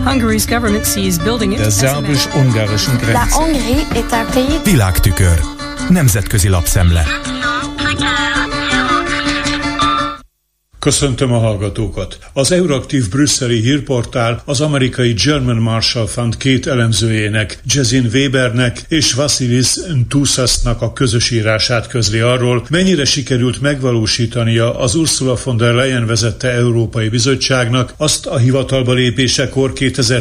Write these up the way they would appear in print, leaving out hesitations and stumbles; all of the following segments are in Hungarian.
der szerbus-ungarischen Grenze. Világtükör. Nemzetközi lapszemle. Köszöntöm a hallgatókat! Az Euraktív brüsszeli hírportál az amerikai German Marshall Fund két elemzőjének, Jezin Webernek és Vasilis Ntousasnak a közös írását közli arról, mennyire sikerült megvalósítania az Ursula von der Leyen vezette Európai Bizottságnak azt a hivatalba lépésekor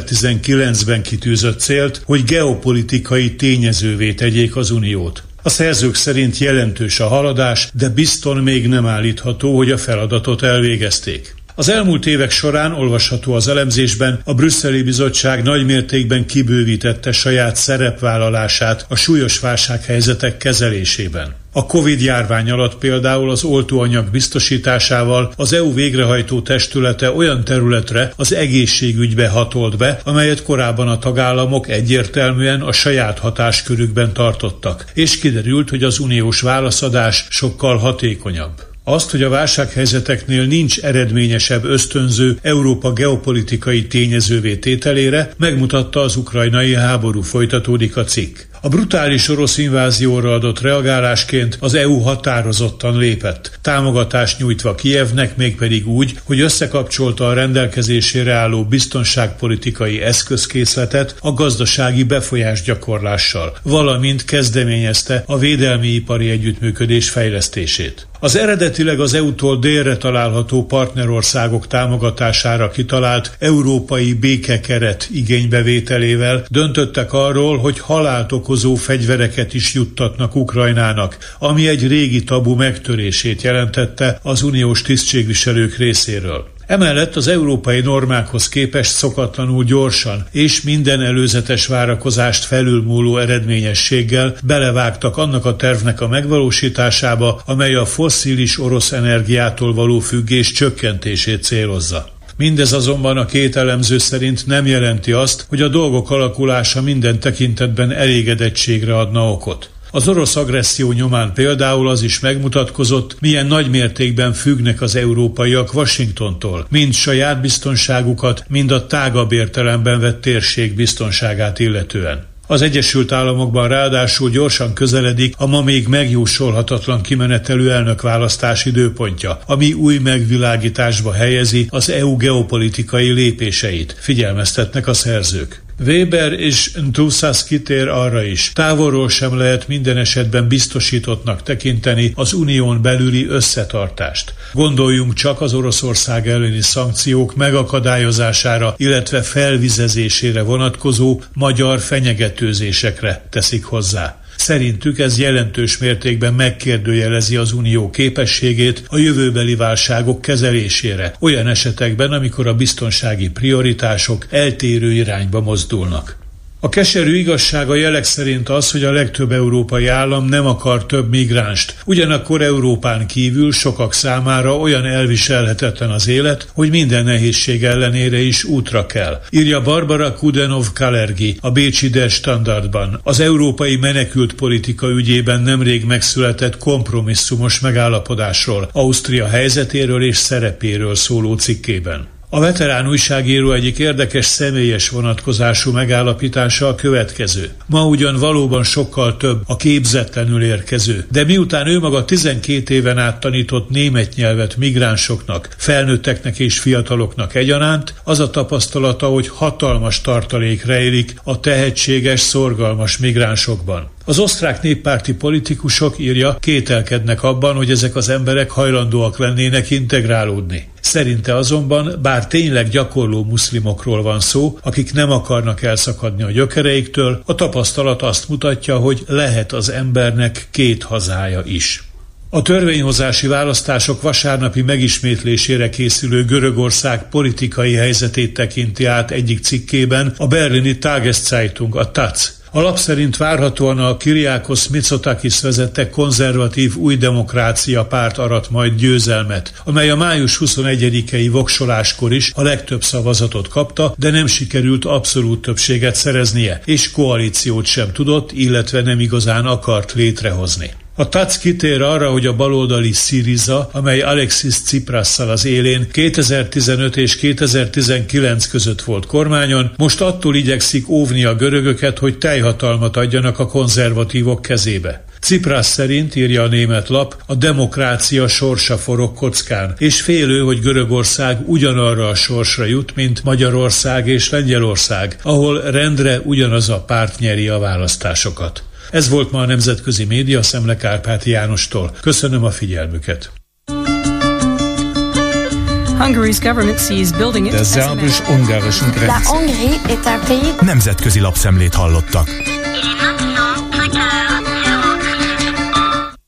2019-ben kitűzött célt, hogy geopolitikai tényezővé tegyék az Uniót. A szerzők szerint jelentős a haladás, de bizton még nem állítható, hogy a feladatot elvégezték. Az elmúlt évek során olvasható az elemzésben, a brüsszeli bizottság nagymértékben kibővítette saját szerepvállalását a súlyos válsághelyzetek kezelésében. A Covid-járvány alatt például az oltóanyag biztosításával az EU végrehajtó testülete olyan területre, az egészségügybe hatolt be, amelyet korábban a tagállamok egyértelműen a saját hatáskörükben tartottak, és kiderült, hogy az uniós válaszadás sokkal hatékonyabb. Azt, hogy a válsághelyzeteknél nincs eredményesebb ösztönző Európa geopolitikai tényezővé tételére, megmutatta az ukrajnai háború, folytatódik a cikk. A brutális orosz invázióra adott reagálásként az EU határozottan lépett, támogatást nyújtva Kijevnek, mégpedig úgy, hogy összekapcsolta a rendelkezésére álló biztonságpolitikai eszközkészletet a gazdasági befolyásgyakorlással, valamint kezdeményezte a védelmi ipari együttműködés fejlesztését. Az eredetileg az EU-tól délre található partnerországok támogatására kitalált európai békekeret igénybevételével döntöttek arról, hogy halált okozó fegyvereket is juttatnak Ukrajnának, ami egy régi tabu megtörését jelentette az uniós tisztségviselők részéről. Emellett az európai normákhoz képest szokatlanul gyorsan és minden előzetes várakozást felülmúló eredményességgel belevágtak annak a tervnek a megvalósításába, amely a fosszilis orosz energiától való függés csökkentését célozza. Mindez azonban a két elemző szerint nem jelenti azt, hogy a dolgok alakulása minden tekintetben elégedettségre adna okot. Az orosz agresszió nyomán például az is megmutatkozott, milyen nagy mértékben függnek az európaiak Washingtontól, mind saját biztonságukat, mind a tágabb értelemben vett térség biztonságát illetően. Az Egyesült Államokban ráadásul gyorsan közeledik a ma még megjósolhatatlan kimenetelű elnökválasztás időpontja, ami új megvilágításba helyezi az EU geopolitikai lépéseit, figyelmeztetnek a szerzők. Weber és Ntousas kitér arra is, távolról sem lehet minden esetben biztosítottnak tekinteni az unión belüli összetartást. Gondoljunk csak az Oroszország elleni szankciók megakadályozására, illetve felvizezésére vonatkozó magyar fenyegetőzésekre, teszik hozzá. Szerintük ez jelentős mértékben megkérdőjelezi az unió képességét a jövőbeli válságok kezelésére, olyan esetekben, amikor a biztonsági prioritások eltérő irányba mozdulnak. A keserű igazság a jelek szerint az, hogy a legtöbb európai állam nem akar több migránst. Ugyanakkor Európán kívül sokak számára olyan elviselhetetlen az élet, hogy minden nehézség ellenére is útra kell. Írja Barbara Kudenov-Kalergi a bécsi Der Standardban az európai menekült politika ügyében nemrég megszületett kompromisszumos megállapodásról, Ausztria helyzetéről és szerepéről szóló cikkében. A veterán újságíró egyik érdekes személyes vonatkozású megállapítása a következő. Ma ugyan valóban sokkal több a képzetlenül érkező, de miután ő maga 12 éven át tanított német nyelvet migránsoknak, felnőtteknek és fiataloknak egyaránt, az a tapasztalata, hogy hatalmas tartalék rejlik a tehetséges, szorgalmas migránsokban. Az osztrák néppárti politikusok, írja, kételkednek abban, hogy ezek az emberek hajlandóak lennének integrálódni. Szerinte azonban, bár tényleg gyakorló muszlimokról van szó, akik nem akarnak elszakadni a gyökereiktől, a tapasztalat azt mutatja, hogy lehet az embernek két hazája is. A törvényhozási választások vasárnapi megismétlésére készülő Görögország politikai helyzetét tekinti át egyik cikkében a berlini Tageszeitung, a Taz. A lap szerint várhatóan a Kyriakos Mitsotakis vezette konzervatív új demokrácia párt arat majd győzelmet, amely a május 21-i voksoláskor is a legtöbb szavazatot kapta, de nem sikerült abszolút többséget szereznie, és koalíciót sem tudott, illetve nem igazán akart létrehozni. A TASZ kitér arra, hogy a baloldali Syriza, amely Alexis Tsiprasszal az élén 2015 és 2019 között volt kormányon, most attól igyekszik óvni a görögöket, hogy teljhatalmat adjanak a konzervatívok kezébe. Tsipras szerint, írja a német lap, a demokrácia sorsa forog kockán, és félő, hogy Görögország ugyanarra a sorsra jut, mint Magyarország és Lengyelország, ahol rendre ugyanaz a párt nyeri a választásokat. Ez volt ma a Nemzetközi Média Szemle Kárpáti Jánostól. Köszönöm a figyelmüket. Der szerbus-ungarischen Grenze. Nemzetközi lapszemlét hallottak.